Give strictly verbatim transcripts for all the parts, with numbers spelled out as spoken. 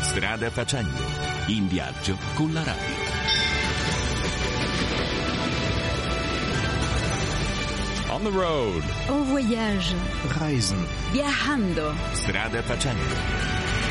Strada facendo, in viaggio con la radio. On the road. En voyage. Reisen. Viajando. Strada facendo.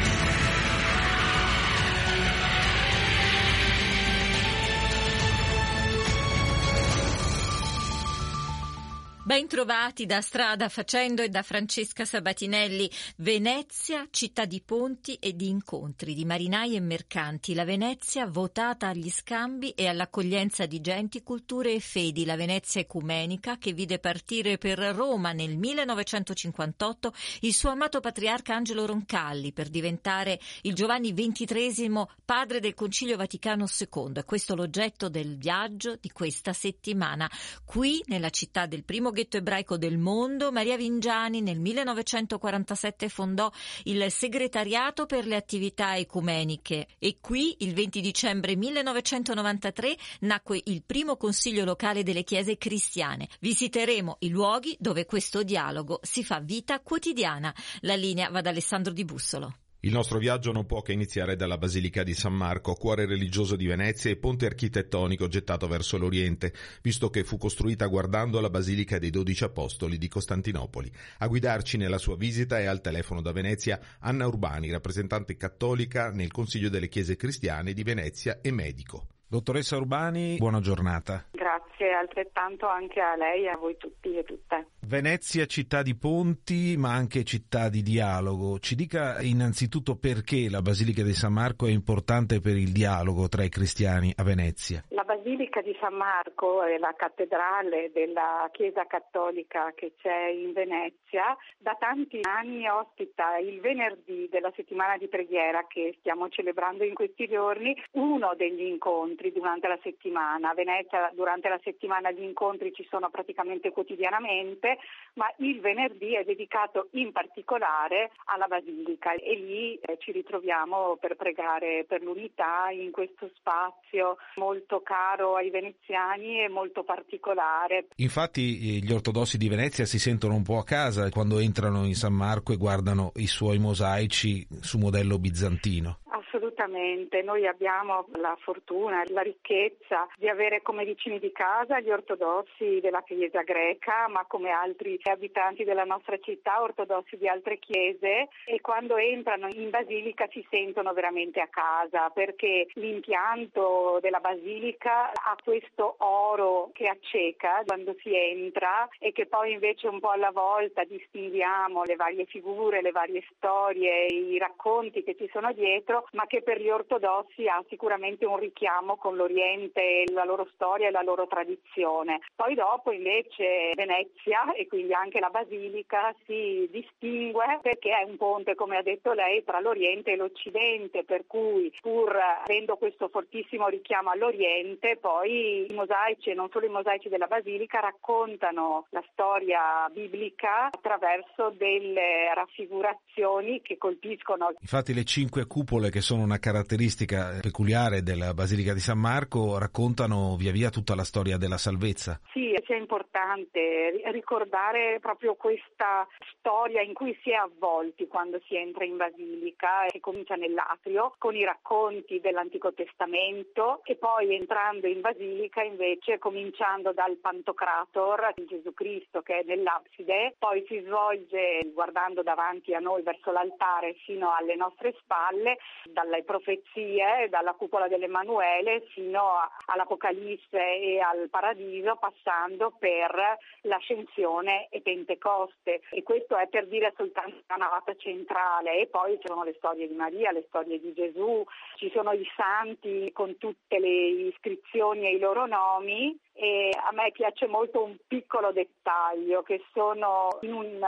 Ben trovati da Strada Facendo e da Francesca Sabatinelli. Venezia, città di ponti e di incontri, di marinai e mercanti. La Venezia votata agli scambi e all'accoglienza di genti, culture e fedi. La Venezia ecumenica che vide partire per Roma nel millenovecentocinquantotto il suo amato patriarca Angelo Roncalli per diventare il Giovanni ventitreesimo padre del Concilio Vaticano secondo. È questo l'oggetto del viaggio di questa settimana. Qui, nella città del primo ghetto ebraico del mondo, Maria Vingiani nel millenovecentoquarantasette fondò il segretariato per le attività ecumeniche e qui il venti dicembre millenovecentonovantatré nacque il primo consiglio locale delle chiese cristiane. Visiteremo i luoghi dove questo dialogo si fa vita quotidiana. La linea va da Alessandro Di Bussolo. Il nostro viaggio non può che iniziare dalla Basilica di San Marco, cuore religioso di Venezia e ponte architettonico gettato verso l'Oriente, visto che fu costruita guardando alla Basilica dei Dodici Apostoli di Costantinopoli. A guidarci nella sua visita è al telefono da Venezia Anna Urbani, rappresentante cattolica nel Consiglio delle Chiese Cristiane di Venezia e medico. Dottoressa Urbani, buona giornata. Grazie, altrettanto anche a lei e a voi tutti e tutte. Venezia, città di ponti, ma anche città di dialogo. Ci dica innanzitutto perché la Basilica di San Marco è importante per il dialogo tra i cristiani a Venezia. La Basilica di San Marco è la cattedrale della Chiesa Cattolica che c'è in Venezia. Da tanti anni ospita il venerdì della settimana di preghiera che stiamo celebrando in questi giorni, uno degli incontri durante la settimana. A Venezia durante la settimana gli incontri ci sono praticamente quotidianamente, ma il venerdì è dedicato in particolare alla Basilica e lì eh, ci ritroviamo per pregare per l'unità in questo spazio molto caro ai veneziani e molto particolare. Infatti gli ortodossi di Venezia si sentono un po' a casa quando entrano in San Marco e guardano i suoi mosaici su modello bizantino. Assolutamente, noi abbiamo la fortuna, la ricchezza di avere come vicini di casa gli ortodossi della Chiesa greca, ma come altri abitanti della nostra città, ortodossi di altre chiese, e quando entrano in basilica si sentono veramente a casa, perché l'impianto della basilica ha questo oro che acceca quando si entra e che poi invece un po' alla volta distinguiamo le varie figure, le varie storie, i racconti che ci sono dietro, ma che per gli ortodossi ha sicuramente un richiamo con l'Oriente, la loro storia e la loro tradizione. Poi dopo invece Venezia e quindi anche la Basilica si distingue perché è un ponte, come ha detto lei, tra l'Oriente e l'Occidente, per cui pur avendo questo fortissimo richiamo all'Oriente, poi i mosaici e non solo i mosaici della Basilica raccontano la storia biblica attraverso delle raffigurazioni che colpiscono. Infatti le cinque cupole, che sono una caratteristica peculiare della Basilica di San Marco, raccontano via via tutta la storia della salvezza. Sì, è importante ricordare proprio questa storia in cui si è avvolti quando si entra in Basilica, che comincia nell'atrio con i racconti dell'Antico Testamento e poi entrando in Basilica invece cominciando dal Pantocrator di Gesù Cristo che è nell'abside, poi si svolge guardando davanti a noi verso l'altare fino alle nostre spalle, dalle profezie, dalla cupola dell'Emanuele fino all'Apocalisse e al Paradiso, passando per l'Ascensione e Pentecoste. E questo è per dire soltanto la navata centrale. E poi ci sono le storie di Maria, le storie di Gesù, ci sono i santi con tutte le iscrizioni e i loro nomi. E a me piace molto un piccolo dettaglio, che sono in un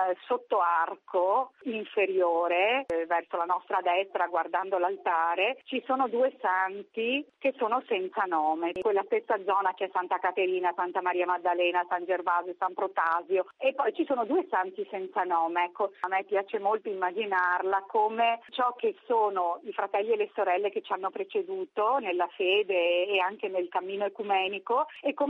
sottoarco inferiore eh, verso la nostra destra guardando l'altare ci sono due santi che sono senza nome, in quella stessa zona c'è Santa Caterina, Santa Maria Maddalena, San Gervasio, San Protasio, e poi ci sono due santi senza nome. Ecco, a me piace molto immaginarla come ciò che sono i fratelli e le sorelle che ci hanno preceduto nella fede e anche nel cammino ecumenico, e come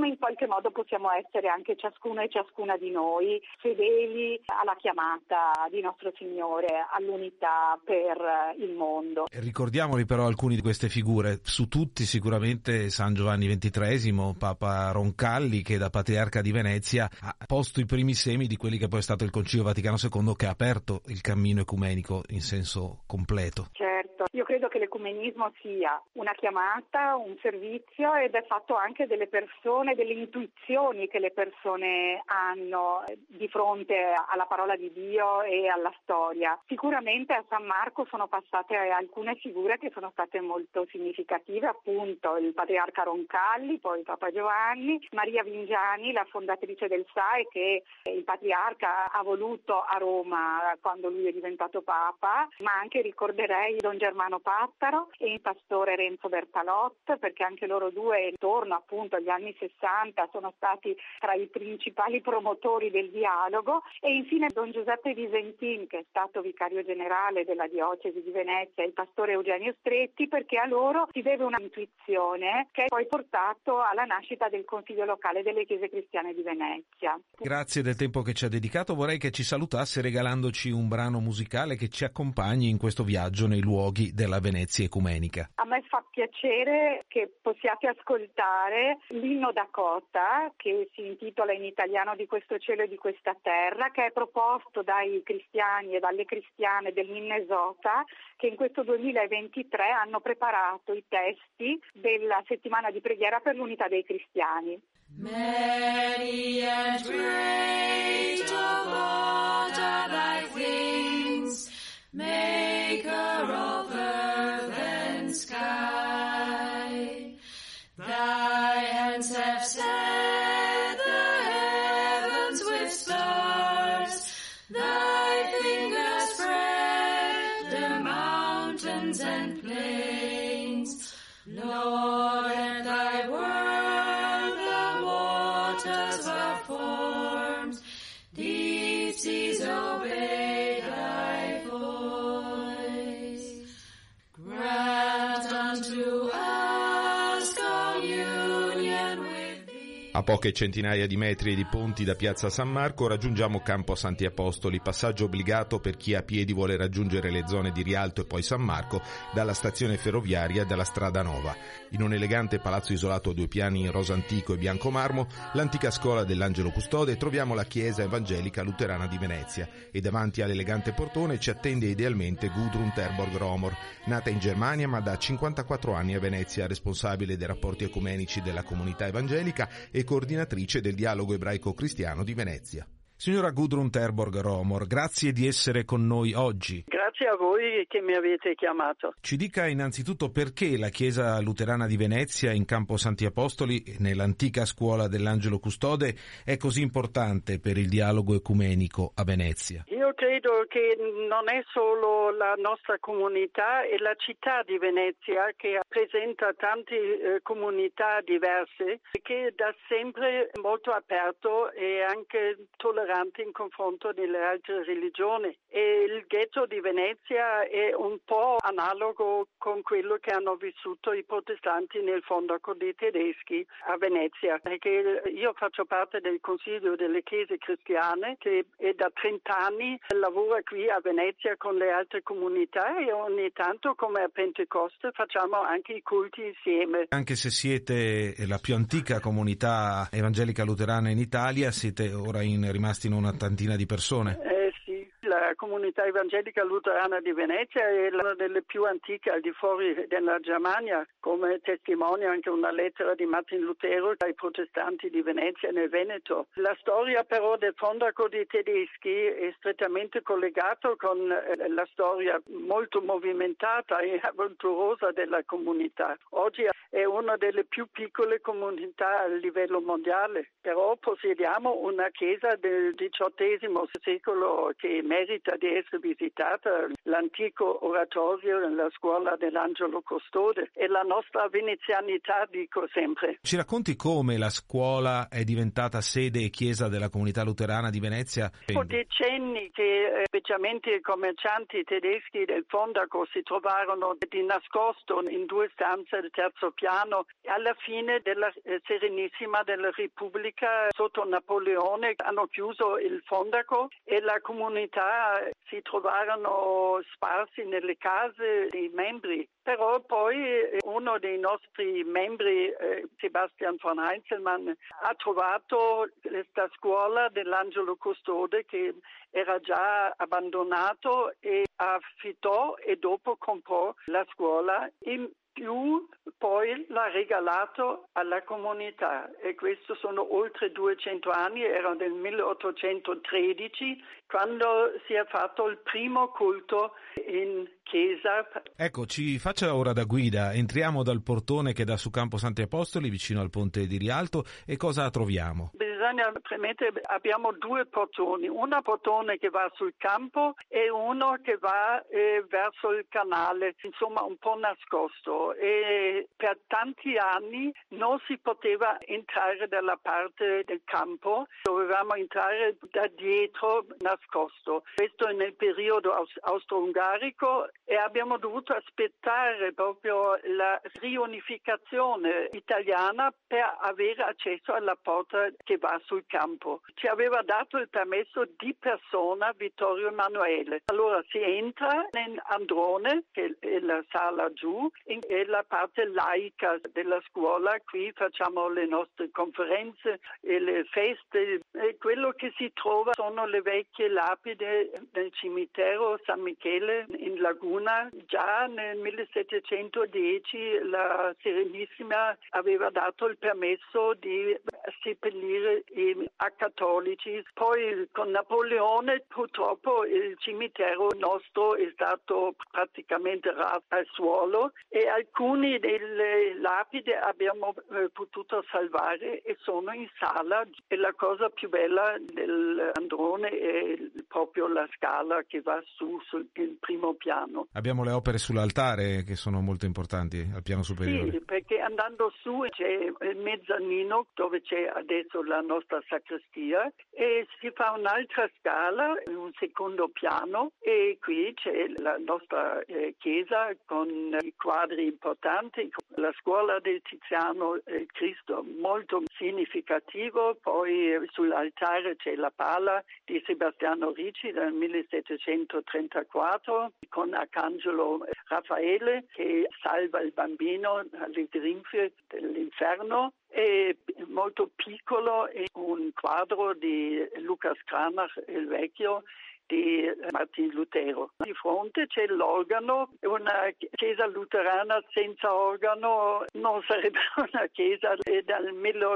in qualche modo possiamo essere anche ciascuno e ciascuna di noi fedeli alla chiamata di nostro Signore, all'unità per il mondo. Ricordiamoli però alcuni di queste figure, su tutti sicuramente San Giovanni ventitreesimo, Papa Roncalli, che da patriarca di Venezia ha posto i primi semi di quelli che poi è stato il Concilio Vaticano secondo, che ha aperto il cammino ecumenico in senso completo. Certo, io credo che l'ecumenismo sia una chiamata, un servizio, ed è fatto anche delle persone, delle intuizioni che le persone hanno di fronte alla parola di Dio e alla storia. Sicuramente a San Marco sono passate alcune figure che sono state molto significative, appunto il patriarca Roncalli, poi Papa Giovanni, Maria Vingiani, la fondatrice del S A E, che il patriarca ha voluto a Roma quando lui è diventato Papa, ma anche ricorderei Don Germano Pattaro e il pastore Renzo Bertalot, perché anche loro due intorno appunto agli anni sessanta sono stati tra i principali promotori del dialogo, e infine Don Giuseppe Visentin, che è stato vicario generale della diocesi di Venezia, e il pastore Eugenio Stretti, perché a loro si deve una intuizione che ha poi portato alla nascita del Consiglio locale delle Chiese Cristiane di Venezia. Grazie del tempo che ci ha dedicato, vorrei che ci salutasse regalandoci un brano musicale che ci accompagni in questo viaggio nei luoghi della Venezia ecumenica. A me fa piacere che possiate ascoltare l'inno Dakota, che si intitola in italiano Di questo cielo e di questa terra, che è proposto dai cristiani e dalle cristiane del Minnesota, che in questo duemilaventitré hanno preparato i testi della settimana di preghiera per l'unità dei cristiani. Many and great of what are thy things, maker of earth and sky. Thy hands have set the heavens with stars, thy fingers spread the mountains and plains. Lord, and thy word the waters were formed, deep seas obey thy voice. Grant unto us communion with thee. A poche centinaia di metri e di ponti da Piazza San Marco raggiungiamo Campo Santi Apostoli, passaggio obbligato per chi a piedi vuole raggiungere le zone di Rialto e poi San Marco dalla stazione ferroviaria della Strada Nova. In un elegante palazzo isolato a due piani in rosa antico e bianco marmo, l'antica scuola dell'Angelo Custode, troviamo la chiesa evangelica luterana di Venezia e davanti all'elegante portone ci attende idealmente Gudrun Terborg Romor, nata in Germania ma da cinquantaquattro anni a Venezia, responsabile dei rapporti ecumenici della comunità evangelica e coordinatrice del dialogo ebraico-cristiano di Venezia. Signora Gudrun Terborg Romor, grazie di essere con noi oggi. Grazie a voi che mi avete chiamato. Ci dica innanzitutto perché la Chiesa luterana di Venezia in Campo Santi Apostoli, nell'antica scuola dell'Angelo Custode, è così importante per il dialogo ecumenico a Venezia. Io credo che non è solo la nostra comunità, è la città di Venezia che presenta tante eh, comunità diverse, che da sempre è molto aperto e anche tollerante in confronto delle altre religioni, e il ghetto di Venezia è un po' analogo con quello che hanno vissuto i protestanti nel fondaco dei tedeschi a Venezia, perché io faccio parte del Consiglio delle Chiese Cristiane che è da trenta anni lavora qui a Venezia con le altre comunità, e ogni tanto come a Pentecoste facciamo anche i culti insieme. Anche se siete la più antica comunità evangelica luterana in Italia, siete ora in rimasti in una tantina di persone. Eh sì, la comunità evangelica luterana di Venezia è una delle più antiche al di fuori della Germania, come testimonia anche una lettera di Martin Lutero ai protestanti di Venezia nel Veneto. La storia però del fondaco dei tedeschi è strettamente collegata con la storia molto movimentata e avventurosa della comunità. Oggi è una delle più piccole comunità a livello mondiale, però possediamo una chiesa del diciottesimo secolo che merita merita di essere visitata, l'antico oratorio nella scuola dell'Angelo Custode e la nostra venezianità, dico sempre. Ci racconti come la scuola è diventata sede e chiesa della comunità luterana di Venezia? Dopo decenni che specialmente i commercianti tedeschi del Fondaco si trovarono di nascosto in due stanze del terzo piano, alla fine della Serenissima della Repubblica sotto Napoleone hanno chiuso il Fondaco e la comunità si trovarono sparsi nelle case dei membri. Però poi uno dei nostri membri, eh, Sebastian von Heinzelmann, ha trovato questa scuola dell'Angelo Custode che era già abbandonato e affittò e dopo comprò la scuola. In più poi l'ha regalato alla comunità e questo sono oltre duecento anni, era nel milleottocentotredici quando si è fatto il primo culto in chiesa. Ecco, ci faccia ora da guida, entriamo dal portone che dà su Campo Santi Apostoli vicino al ponte di Rialto e cosa troviamo? Bisogna premettere, abbiamo due portoni, un portone che va sul campo e uno che va eh, verso il canale, insomma un po' nascosto, e per tanti anni non si poteva entrare dalla parte del campo, dovevamo entrare da dietro nascosto. Questo è nel periodo aus- austro-ungarico e abbiamo dovuto aspettare proprio la riunificazione italiana per avere accesso alla porta che va sul campo. Ci aveva dato il permesso di persona Vittorio Emanuele. Allora si entra in Androne, che è la sala giù, è la parte laica della scuola. Qui facciamo le nostre conferenze e le feste. E quello che si trova sono le vecchie lapidi del cimitero San Michele in Laguna. Già nel millesettecentodieci la Serenissima aveva dato il permesso di seppellire i cattolici. Poi con Napoleone purtroppo il cimitero nostro è stato praticamente raso al suolo e alcuni delle lapidi abbiamo eh, potuto salvare e sono in sala. E la cosa più bella dell'Androne è proprio la scala che va su sul primo piano. Abbiamo le opere sull'altare che sono molto importanti al piano superiore. Sì, perché andando su c'è il mezzanino dove c'è adesso la nostra sacrestia e si fa un'altra scala in un secondo piano e qui c'è la nostra eh, chiesa con i quadri importanti, la scuola del Tiziano eh, Cristo molto significativo, poi eh, sull'altare c'è la pala di Sebastiano Ricci del millesettecentotrentaquattro con Arcangelo Raffaele che salva il bambino dalle grinfie dell'inferno. È molto piccolo, è un quadro di Lucas Cranach il Vecchio di Martin Lutero. Di fronte c'è l'organo, una chiesa luterana senza organo non sarebbe una chiesa. Dal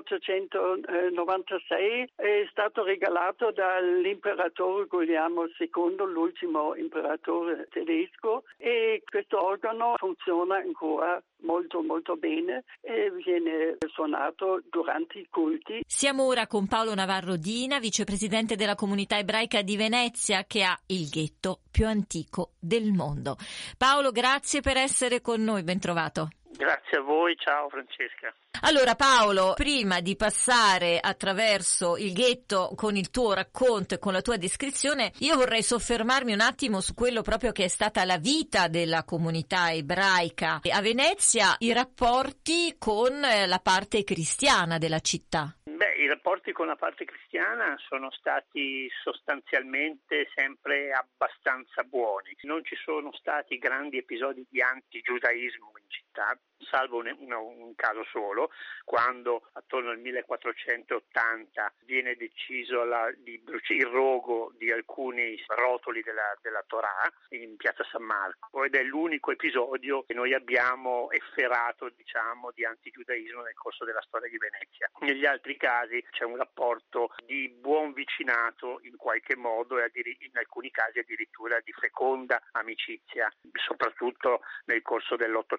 milleottocentonovantasei è stato regalato dall'imperatore Guglielmo secondo, l'ultimo imperatore tedesco, e questo organo funziona ancora molto molto bene e viene suonato durante i culti. Siamo ora con Paolo Navarro Dina, vicepresidente della comunità ebraica di Venezia, che ha il ghetto più antico del mondo. Paolo, grazie per essere con noi, ben trovato. Grazie a voi, ciao Francesca. Allora Paolo, prima di passare attraverso il ghetto con il tuo racconto e con la tua descrizione, io vorrei soffermarmi un attimo su quello proprio che è stata la vita della comunità ebraica a Venezia, i rapporti con la parte cristiana della città. Beh, i rapporti con la parte cristiana sono stati sostanzialmente sempre abbastanza buoni. Non ci sono stati grandi episodi di antigiudaismo in città, salvo un, un, un caso solo, quando attorno al millequattrocentottanta viene deciso la, di bruciare il rogo di alcuni rotoli della, della Torah in piazza San Marco, ed è l'unico episodio che noi abbiamo efferato, diciamo, di antigiudaismo nel corso della storia di Venezia. Negli altri casi c'è un rapporto di buon vicinato in qualche modo e in alcuni casi addirittura di feconda amicizia, soprattutto nel corso dell'Ottocento,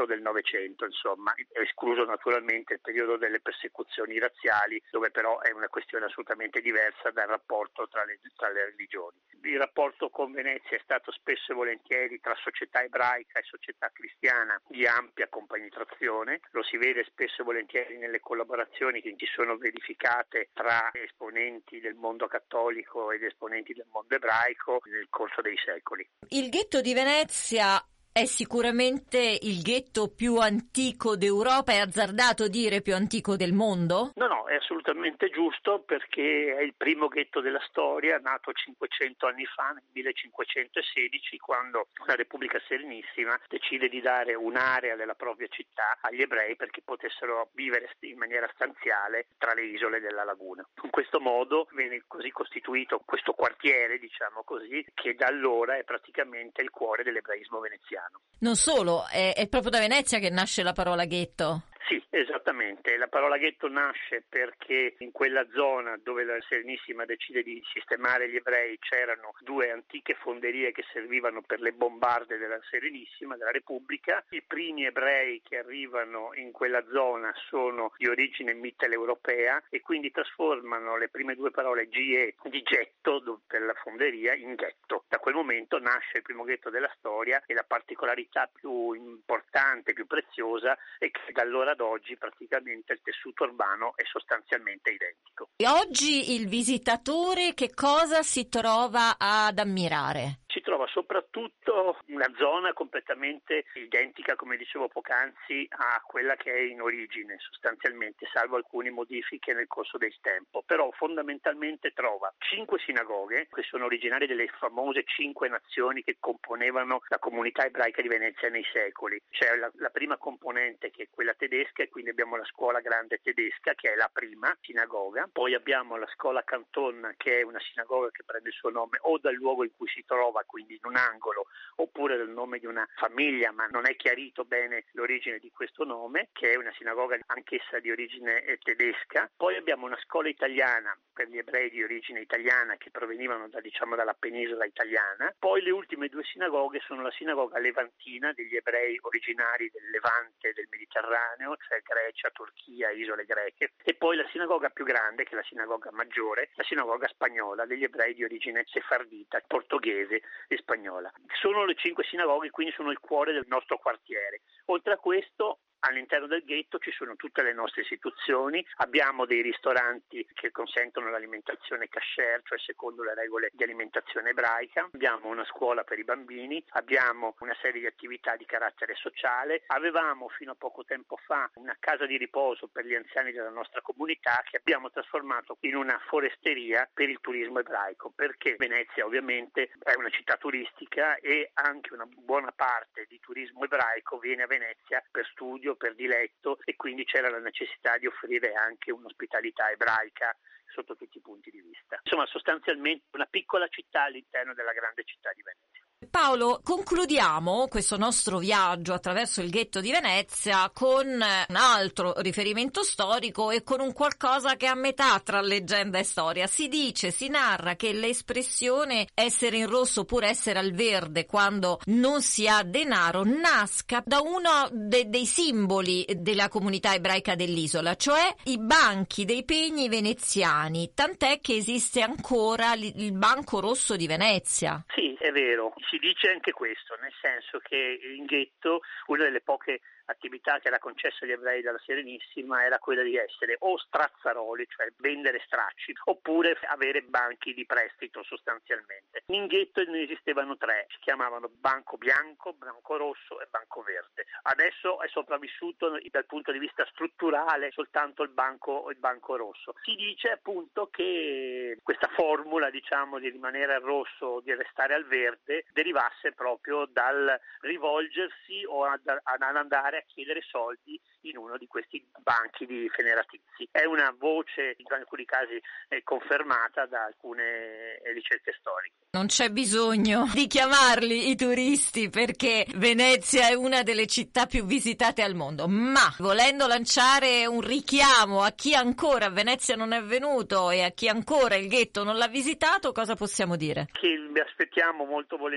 del Novecento, insomma, escluso naturalmente il periodo delle persecuzioni razziali, dove però è una questione assolutamente diversa dal rapporto tra le, tra le religioni. Il rapporto con Venezia è stato spesso e volentieri tra società ebraica e società cristiana di ampia compenetrazione, lo si vede spesso e volentieri nelle collaborazioni che ci sono verificate tra esponenti del mondo cattolico ed esponenti del mondo ebraico nel corso dei secoli. Il ghetto di Venezia è sicuramente il ghetto più antico d'Europa, è azzardato dire più antico del mondo? No, no, è assolutamente giusto, perché è il primo ghetto della storia, nato cinquecento anni fa, nel millecinquecentosedici, quando la Repubblica Serenissima decide di dare un'area della propria città agli ebrei perché potessero vivere in maniera stanziale tra le isole della laguna. In questo modo viene così costituito questo quartiere, diciamo così, che da allora è praticamente il cuore dell'ebraismo veneziano. Non solo, è, è proprio da Venezia che nasce la parola ghetto. Sì, esattamente. La parola ghetto nasce perché in quella zona dove la Serenissima decide di sistemare gli ebrei c'erano due antiche fonderie che servivano per le bombarde della Serenissima, della Repubblica. I primi ebrei che arrivano in quella zona sono di origine mitteleuropea e quindi trasformano le prime due parole G E di getto per la fonderia in ghetto. Da quel momento nasce il primo ghetto della storia e la particolarità più importante, più preziosa è che da allora ad oggi praticamente il tessuto urbano è sostanzialmente identico. E oggi il visitatore che cosa si trova ad ammirare? Si trova soprattutto una zona completamente identica, come dicevo poc'anzi, a quella che è in origine, sostanzialmente, salvo alcune modifiche nel corso del tempo. Però fondamentalmente trova cinque sinagoghe, che sono originarie delle famose cinque nazioni che componevano la comunità ebraica di Venezia nei secoli. C'è la, la prima componente, che è quella tedesca, e quindi abbiamo la scuola grande tedesca, che è la prima sinagoga. Poi abbiamo la scuola Canton, che è una sinagoga che prende il suo nome o dal luogo in cui si trova, quindi in un angolo, oppure del nome di una famiglia, ma non è chiarito bene l'origine di questo nome, che è una sinagoga anch'essa di origine tedesca. Poi abbiamo una scuola italiana per gli ebrei di origine italiana che provenivano da, diciamo, dalla penisola italiana. Poi le ultime due sinagoghe sono la sinagoga levantina degli ebrei originari del Levante e del Mediterraneo, cioè Grecia, Turchia, isole greche, e poi la sinagoga più grande, che è la sinagoga maggiore, la sinagoga spagnola degli ebrei di origine sefardita, portoghese e spagnola. Sono le cinque sinagoghe, quindi sono il cuore del nostro quartiere. Oltre a questo, all'interno del ghetto ci sono tutte le nostre istituzioni, abbiamo dei ristoranti che consentono l'alimentazione kasher, cioè secondo le regole di alimentazione ebraica, abbiamo una scuola per i bambini, abbiamo una serie di attività di carattere sociale, avevamo fino a poco tempo fa una casa di riposo per gli anziani della nostra comunità che abbiamo trasformato in una foresteria per il turismo ebraico, perché Venezia ovviamente è una città turistica e anche una buona parte di turismo ebraico viene a Venezia per studio, per diletto, e quindi c'era la necessità di offrire anche un'ospitalità ebraica sotto tutti i punti di vista. Insomma, sostanzialmente una piccola città all'interno della grande città di Venezia. Paolo, concludiamo questo nostro viaggio attraverso il ghetto di Venezia con un altro riferimento storico e con un qualcosa che è a metà tra leggenda e storia. Si dice, si narra che l'espressione essere in rosso oppure essere al verde quando non si ha denaro nasca da uno de- dei simboli della comunità ebraica dell'isola, cioè i banchi dei pegni veneziani, tant'è che esiste ancora il Banco Rosso di Venezia. Sì, è vero. Si dice anche questo, nel senso che in ghetto una delle poche attività che era concessa agli ebrei dalla Serenissima era quella di essere o strazzaroli, cioè vendere stracci, oppure avere banchi di prestito sostanzialmente. In ghetto ne esistevano tre, si chiamavano Banco Bianco, Banco Rosso e Banco Verde. Adesso è sopravvissuto dal punto di vista strutturale soltanto il Banco, il Banco Rosso. Si dice appunto che questa formula, diciamo, di rimanere al rosso o di restare al verde derivasse proprio dal rivolgersi o ad, ad andare a chiedere soldi in uno di questi banchi di Feneratizi. È una voce in alcuni casi eh, confermata da alcune eh, ricerche storiche. Non c'è bisogno di chiamarli i turisti perché Venezia è una delle città più visitate al mondo, ma volendo lanciare un richiamo a chi ancora a Venezia non è venuto e a chi ancora il ghetto non l'ha visitato, cosa possiamo dire? Che vi aspettiamo molto volentieri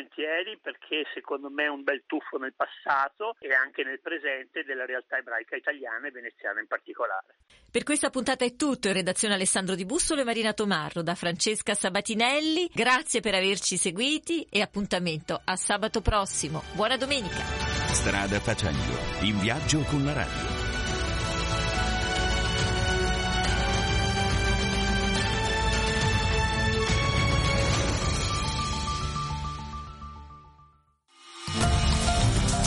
volentieri, perché secondo me è un bel tuffo nel passato e anche nel presente della realtà ebraica italiana e veneziana in particolare. Per questa puntata è tutto. In redazione Alessandro Di Bussolo e Marina Tomarro, da Francesca Sabatinelli. Grazie per averci seguiti e appuntamento a sabato prossimo. Buona domenica. Strada facendo, in viaggio con la radio.